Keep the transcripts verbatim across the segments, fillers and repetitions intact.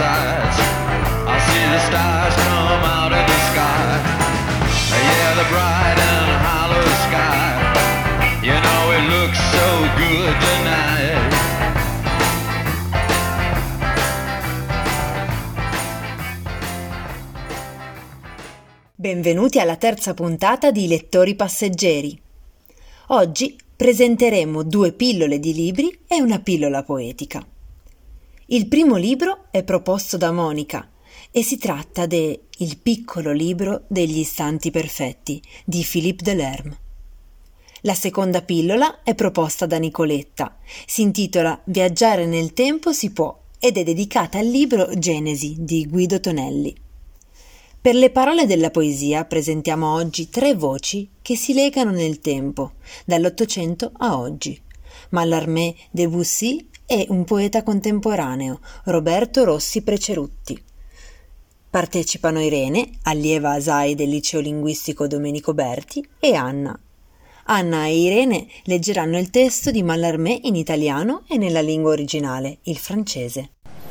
sides. I see the stars come out of the sky. Yeah, the bright and hollow sky. You know it looks so good tonight. Benvenuti alla terza puntata di Lettori Passeggeri. Oggi presenteremo due pillole di libri e una pillola poetica. Il primo libro è proposto da Monica e si tratta de Il piccolo libro degli istanti perfetti di Philippe Delerme. La seconda pillola è proposta da Nicoletta, si intitola Viaggiare nel tempo si può ed è dedicata al libro Genesi di Guido Tonelli. Per le parole della poesia presentiamo oggi tre voci che si legano nel tempo, dall'Ottocento a oggi. Mallarmé, Debussy e un poeta contemporaneo, Roberto Rossi Precerutti. Partecipano Irene, allieva A S A I del Liceo Linguistico Domenico Berti, e Anna. Anna e Irene leggeranno il testo di Mallarmé in italiano e nella lingua originale, il francese.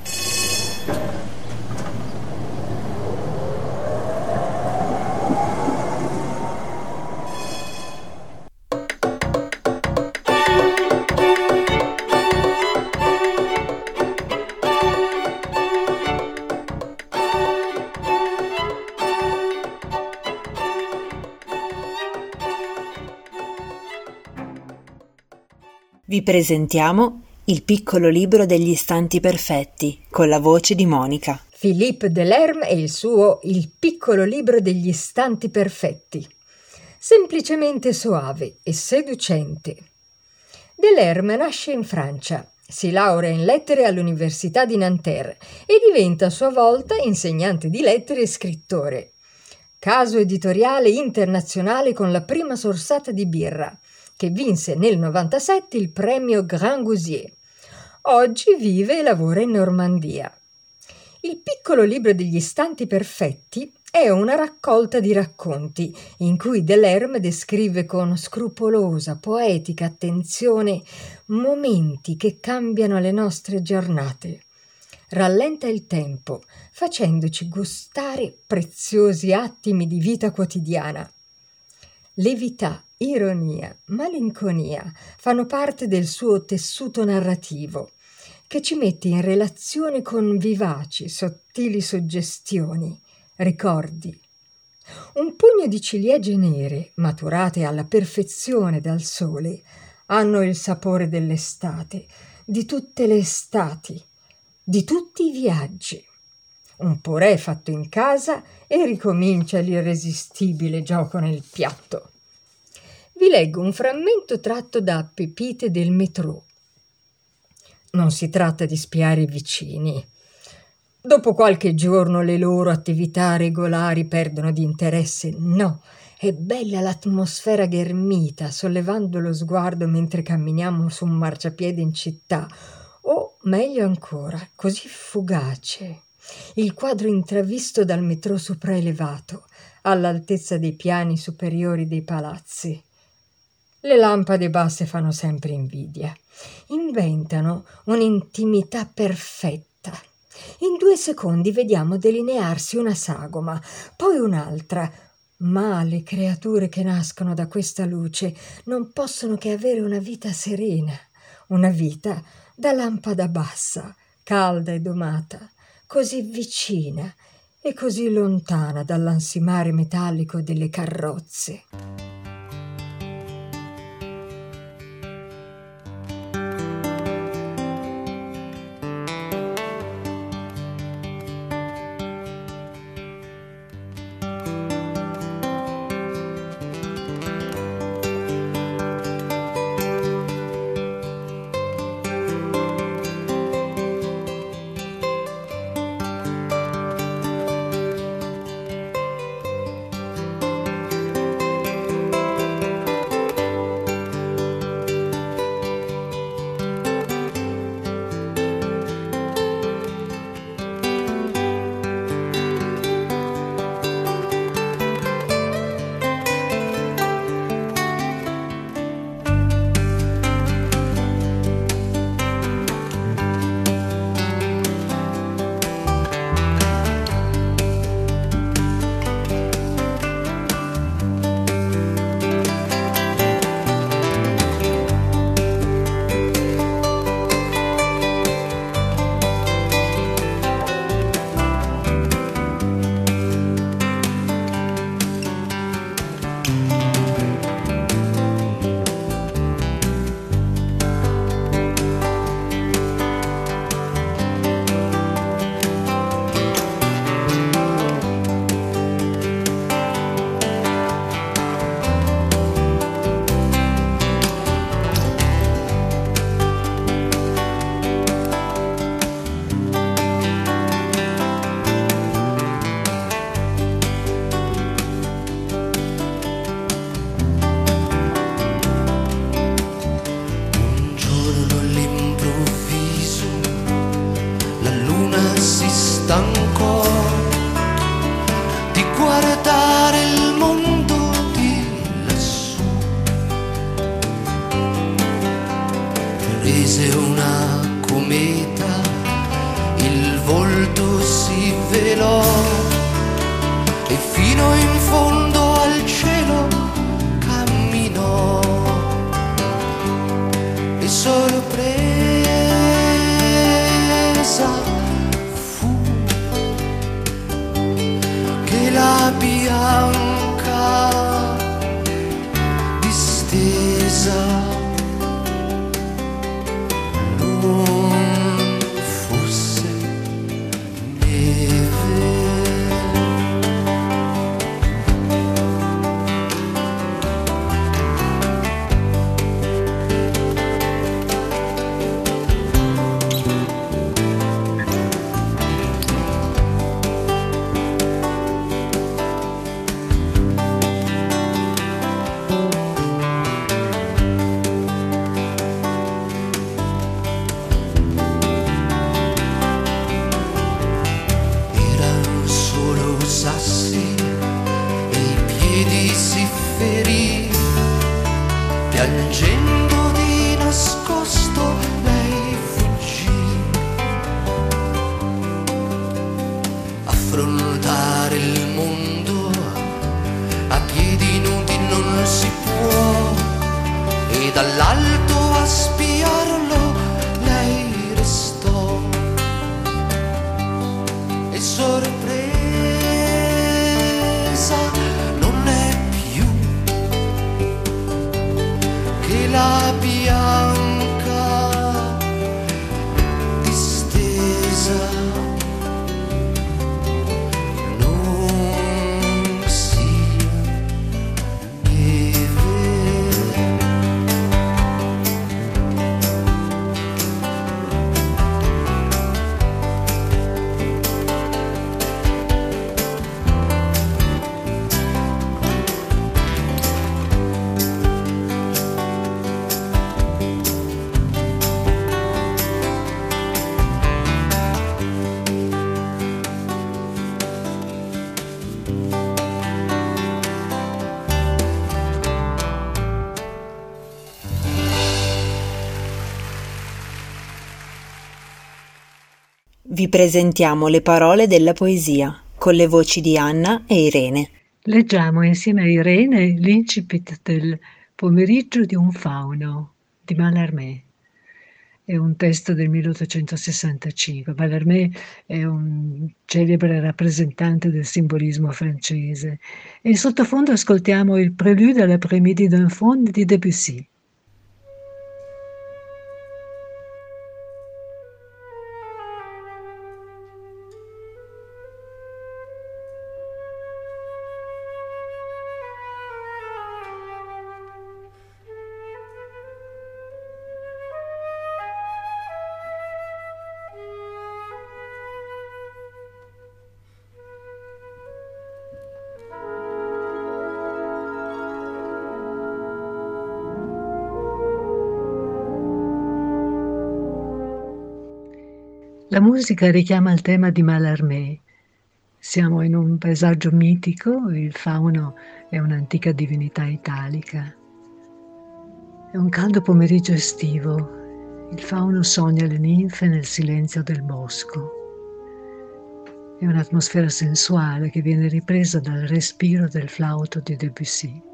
Vi presentiamo Il piccolo libro degli istanti perfetti, con la voce di Monica. Philippe Delerme e il suo Il piccolo libro degli istanti perfetti. Semplicemente soave e seducente. Delerme nasce in Francia, si laurea in lettere all'Università di Nanterre e diventa a sua volta insegnante di lettere e scrittore. Caso editoriale internazionale con la prima sorsata di birra, che vinse nel novantasette il premio Grand Gousier. Oggi vive e lavora in Normandia. Il piccolo libro degli istanti perfetti è una raccolta di racconti in cui Delerme descrive con scrupolosa, poetica attenzione momenti che cambiano le nostre giornate. Rallenta il tempo, facendoci gustare preziosi attimi di vita quotidiana. Levità, ironia, malinconia fanno parte del suo tessuto narrativo, che ci mette in relazione con vivaci, sottili suggestioni, ricordi. Un pugno di ciliegie nere, maturate alla perfezione dal sole, hanno il sapore dell'estate, di tutte le estati, di tutti i viaggi. Un purè fatto in casa e ricomincia l'irresistibile gioco nel piatto. Vi leggo un frammento tratto da Pepite del Métro. Non si tratta di spiare i vicini. Dopo qualche giorno le loro attività regolari perdono di interesse. No, è bella l'atmosfera ghermita, sollevando lo sguardo mentre camminiamo su un marciapiede in città. O, meglio ancora, così fugace, il quadro intravisto dal metro sopraelevato, all'altezza dei piani superiori dei palazzi. Le lampade basse fanno sempre invidia. Inventano un'intimità perfetta. In due secondi vediamo delinearsi una sagoma, poi un'altra. Ma le creature che nascono da questa luce non possono che avere una vita serena, una vita da lampada bassa, calda e domata, così vicina e così lontana dall'ansimare metallico delle carrozze. stanco di guardare il mondo di lassù. Prese una cometa, il volto si velò e fino in fondo al cielo camminò e sorpresa fu che la bianca distesa non fosse neve. Erano solo sassi e i piedi si ferì, piangendo di nascosto lei fuggì. Affrontare il mondo a piedi nudi non si può e dall'alto a spiarlo lei restò e sorpresa non è più che la bianca distesa non sia neve. Vi presentiamo le parole della poesia con le voci di Anna e Irene. Leggiamo insieme a Irene l'incipit del Pomeriggio di un fauno di Mallarmé. È un testo del milleottocentosessantacinque. Mallarmé è un celebre rappresentante del simbolismo francese. E in sottofondo ascoltiamo il Prélude à l'après-midi d'un faune di Debussy. La musica richiama il tema di Mallarmé. Siamo in un paesaggio mitico, il fauno è un'antica divinità italica. È un caldo pomeriggio estivo, il fauno sogna le ninfe nel silenzio del bosco. È un'atmosfera sensuale che viene ripresa dal respiro del flauto di Debussy.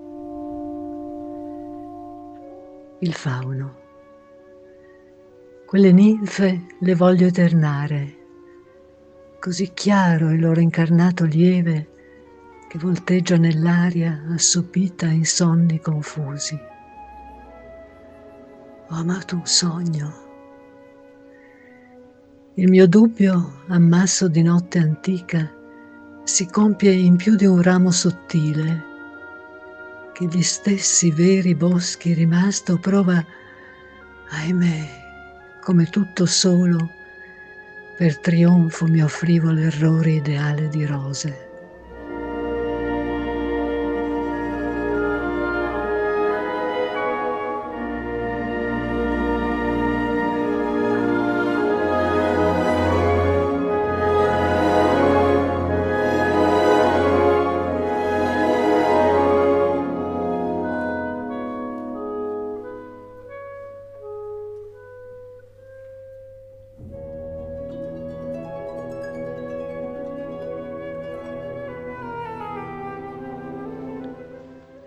Il fauno. Quelle ninfe le voglio eternare, così chiaro il loro incarnato lieve che volteggia nell'aria assopita in sonni confusi. Ho amato un sogno. Il mio dubbio, ammasso di notte antica, si compie in più di un ramo sottile, che gli stessi veri boschi rimasto prova, ahimè, come tutto solo, per trionfo mi offrivo l'errore ideale di rose.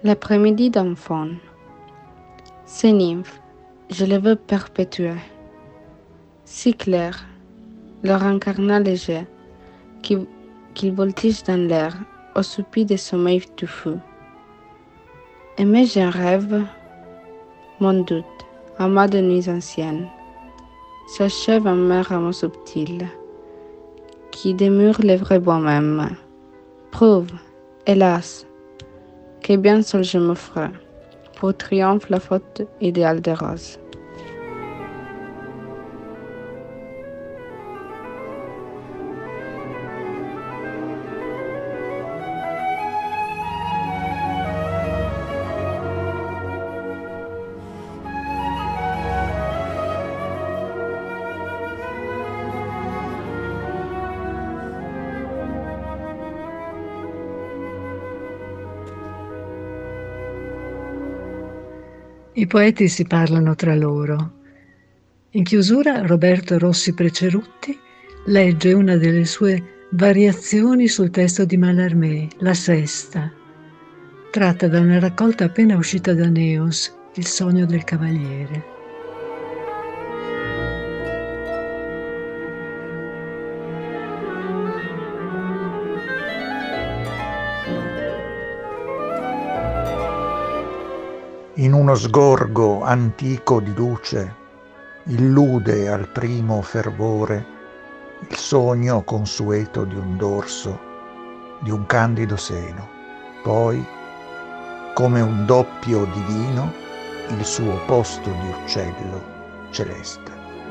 L'après-midi d'enfant. Ces nymphes, je les veux perpétuer. Si clairs, leur incarnat léger, qui, qui voltige dans l'air au soupir des sommeils du fou. Et mais j'ai un rêve, mon doute, amas de nuits anciennes, s'achève en mer amour subtil, qui demeure les vrais bois-mêmes. Prouve, hélas, que bien seul je me ferai, pour triomphe la faute idéale des roses. I poeti si parlano tra loro. In chiusura Roberto Rossi Precerutti legge una delle sue variazioni sul testo di Mallarmé, la sesta, tratta da una raccolta appena uscita da Neos, Il sogno del cavaliere. In uno sgorgo antico di luce, illude al primo fervore il sogno consueto di un dorso, di un candido seno. Poi, come un doppio divino, il suo posto di uccello celeste.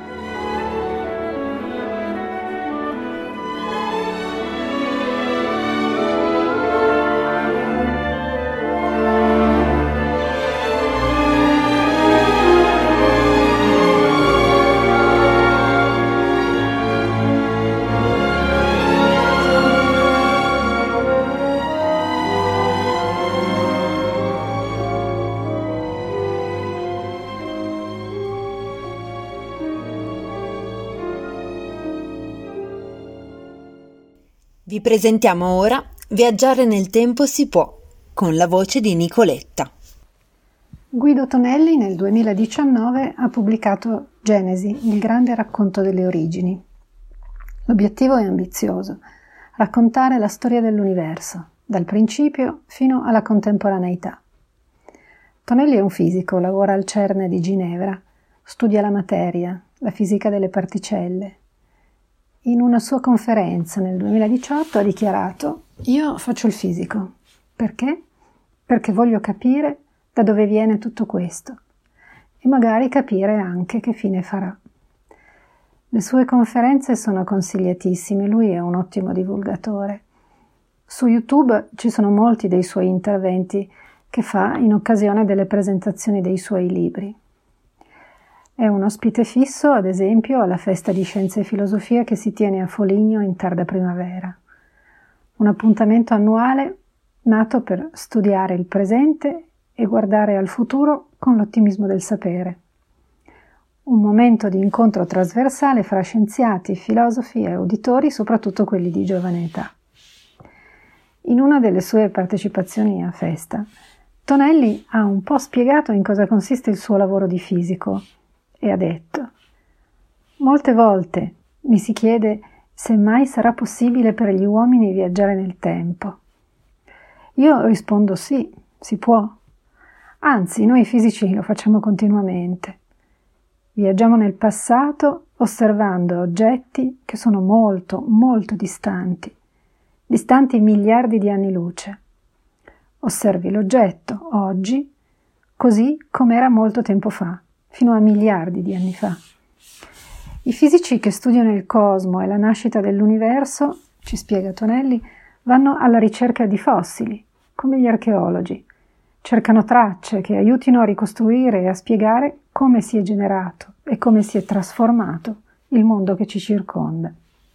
Vi presentiamo ora Viaggiare nel tempo si può, con la voce di Nicoletta. Guido Tonelli nel duemiladiciannove ha pubblicato Genesi, il grande racconto delle origini. L'obiettivo è ambizioso: raccontare la storia dell'universo, dal principio fino alla contemporaneità. Tonelli è un fisico, lavora al CERN di Ginevra, studia la materia, la fisica delle particelle. In una sua conferenza nel duemiladiciotto ha dichiarato: io faccio il fisico. Perché? Perché voglio capire da dove viene tutto questo e magari capire anche che fine farà. Le sue conferenze sono consigliatissime, lui è un ottimo divulgatore. Su YouTube ci sono molti dei suoi interventi che fa in occasione delle presentazioni dei suoi libri. È un ospite fisso, ad esempio, alla Festa di Scienze e Filosofia che si tiene a Foligno in tarda primavera. Un appuntamento annuale nato per studiare il presente e guardare al futuro con l'ottimismo del sapere. Un momento di incontro trasversale fra scienziati, filosofi e uditori, soprattutto quelli di giovane età. In una delle sue partecipazioni a Festa, Tonelli ha un po' spiegato in cosa consiste il suo lavoro di fisico e ha detto: molte volte mi si chiede se mai sarà possibile per gli uomini viaggiare nel tempo. Io rispondo sì, si può. Anzi, noi fisici lo facciamo continuamente. Viaggiamo nel passato osservando oggetti che sono molto, molto distanti, distanti miliardi di anni luce. Osservi l'oggetto oggi così come era molto tempo fa, fino a miliardi di anni fa. I fisici che studiano il cosmo e la nascita dell'universo, ci spiega Tonelli, vanno alla ricerca di fossili, come gli archeologi. Cercano tracce che aiutino a ricostruire e a spiegare come si è generato e come si è trasformato il mondo che ci circonda.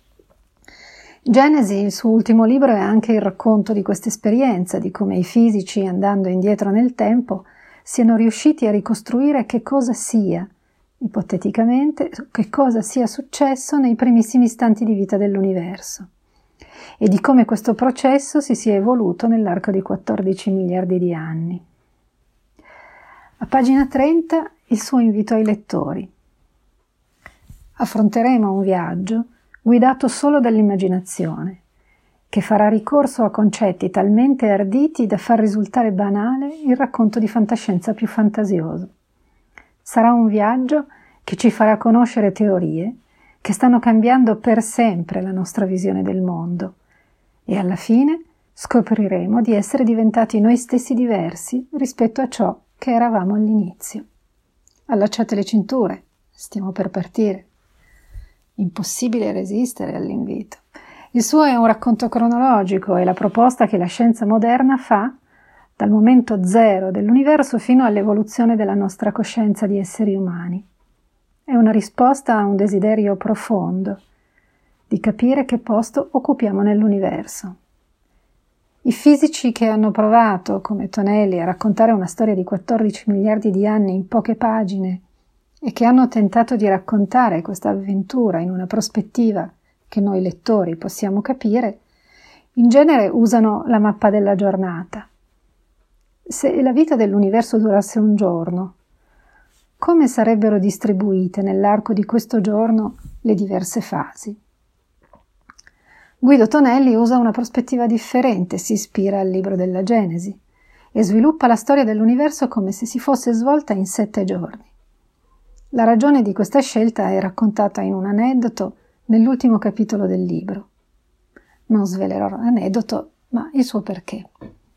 Genesi, il suo ultimo libro, è anche il racconto di questa esperienza, di come i fisici, andando indietro nel tempo, siano riusciti a ricostruire che cosa sia, ipoteticamente, che cosa sia successo nei primissimi istanti di vita dell'universo e di come questo processo si sia evoluto nell'arco di quattordici miliardi di anni. A pagina trenta il suo invito ai lettori. Affronteremo un viaggio guidato solo dall'immaginazione, che farà ricorso a concetti talmente arditi da far risultare banale il racconto di fantascienza più fantasioso. Sarà un viaggio che ci farà conoscere teorie che stanno cambiando per sempre la nostra visione del mondo e alla fine scopriremo di essere diventati noi stessi diversi rispetto a ciò che eravamo all'inizio. Allacciate le cinture, stiamo per partire. Impossibile resistere all'invito. Il suo è un racconto cronologico e la proposta che la scienza moderna fa dal momento zero dell'universo fino all'evoluzione della nostra coscienza di esseri umani. È una risposta a un desiderio profondo di capire che posto occupiamo nell'universo. I fisici che hanno provato, come Tonelli, a raccontare una storia di quattordici miliardi di anni in poche pagine e che hanno tentato di raccontare questa avventura in una prospettiva che noi lettori possiamo capire, in genere usano la mappa della giornata. Se la vita dell'universo durasse un giorno, come sarebbero distribuite nell'arco di questo giorno le diverse fasi? Guido Tonelli usa una prospettiva differente, si ispira al libro della Genesi e sviluppa la storia dell'universo come se si fosse svolta in sette giorni. La ragione di questa scelta è raccontata in un aneddoto nell'ultimo capitolo del libro. Non svelerò l'aneddoto, ma il suo perché.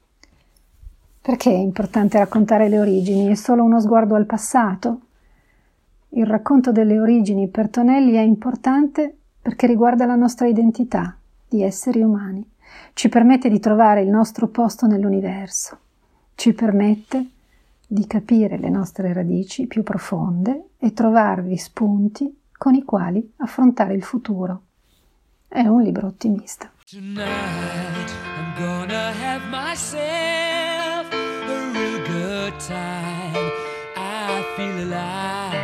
Perché è importante raccontare le origini? È solo uno sguardo al passato? Il racconto delle origini per Tonelli è importante perché riguarda la nostra identità di esseri umani, ci permette di trovare il nostro posto nell'universo, ci permette di capire le nostre radici più profonde e trovarvi spunti con i quali affrontare il futuro. È un libro ottimista. Tonight I'm gonna have myself a real good time. I feel alive.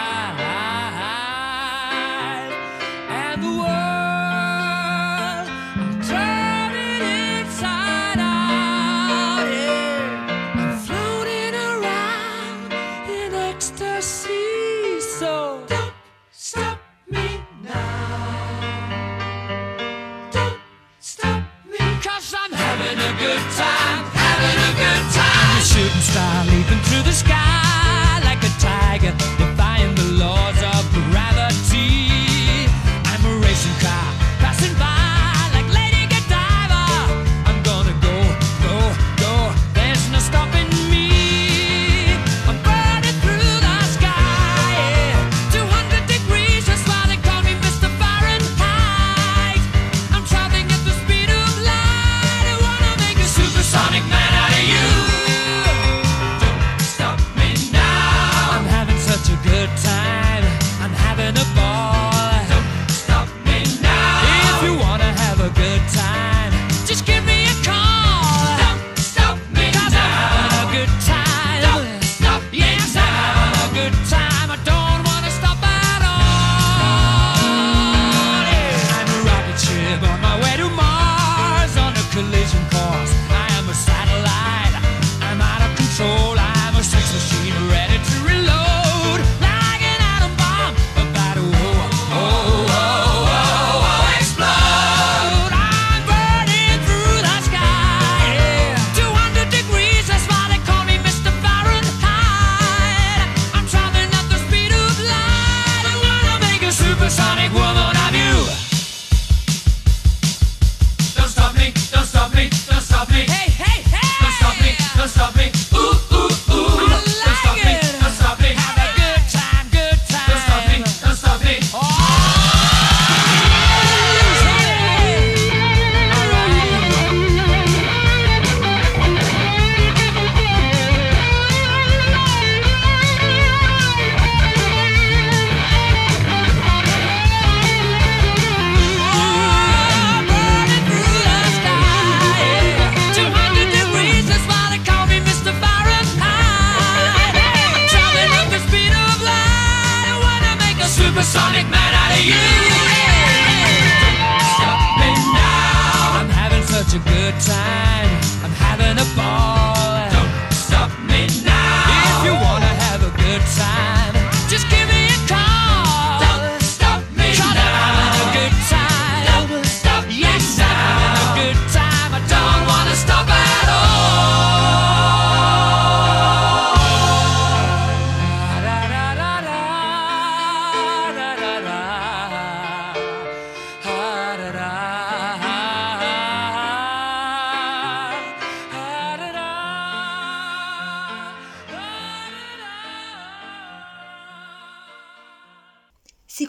And the world, I'm turning inside out. Yeah. I'm floating around in ecstasy. So don't stop me now. Don't stop me, 'cause I'm having a good time, having a good time. I'm a shooting star leaping through the sky like a tiger, defying the laws of gravity. I'm a racing car passing by like Lady Godiva. I'm gonna go, go, go, there's no stopping me. I'm burning through the sky, yeah. two hundred degrees, that's why they call me Mister Fahrenheit. I'm traveling at the speed of light. I wanna make a supersonic man out of you. Don't stop me.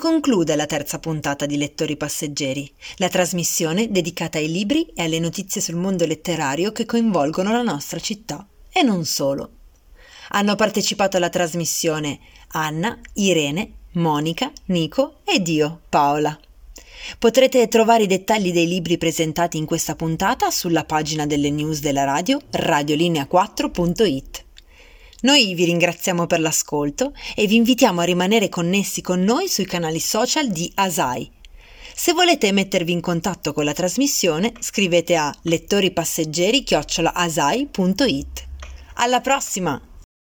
conclude la terza puntata di Lettori Passeggeri, la trasmissione dedicata ai libri e alle notizie sul mondo letterario che coinvolgono la nostra città, e non solo. Hanno partecipato alla trasmissione Anna, Irene, Monica, Nico ed io, Paola. Potrete trovare i dettagli dei libri presentati in questa puntata sulla pagina delle news della radio radiolinea quattro punto it. Noi vi ringraziamo per l'ascolto e vi invitiamo a rimanere connessi con noi sui canali social di Asai. Se volete mettervi in contatto con la trasmissione, scrivete a lettoripasseggeri chiocciola asai punto it. Alla prossima!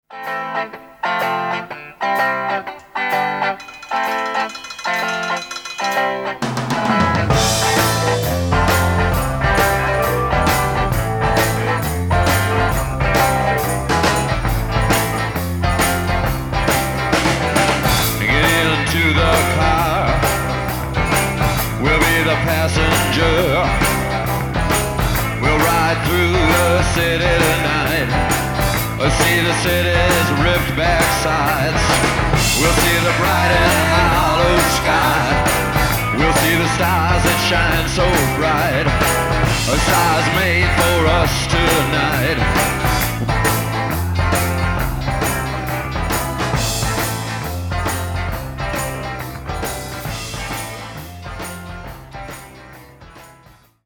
Passenger, we'll ride through the city tonight. We'll see the city's ripped back sides. We'll see the bright and hollow sky. We'll see the stars that shine so bright. A stars made for us tonight.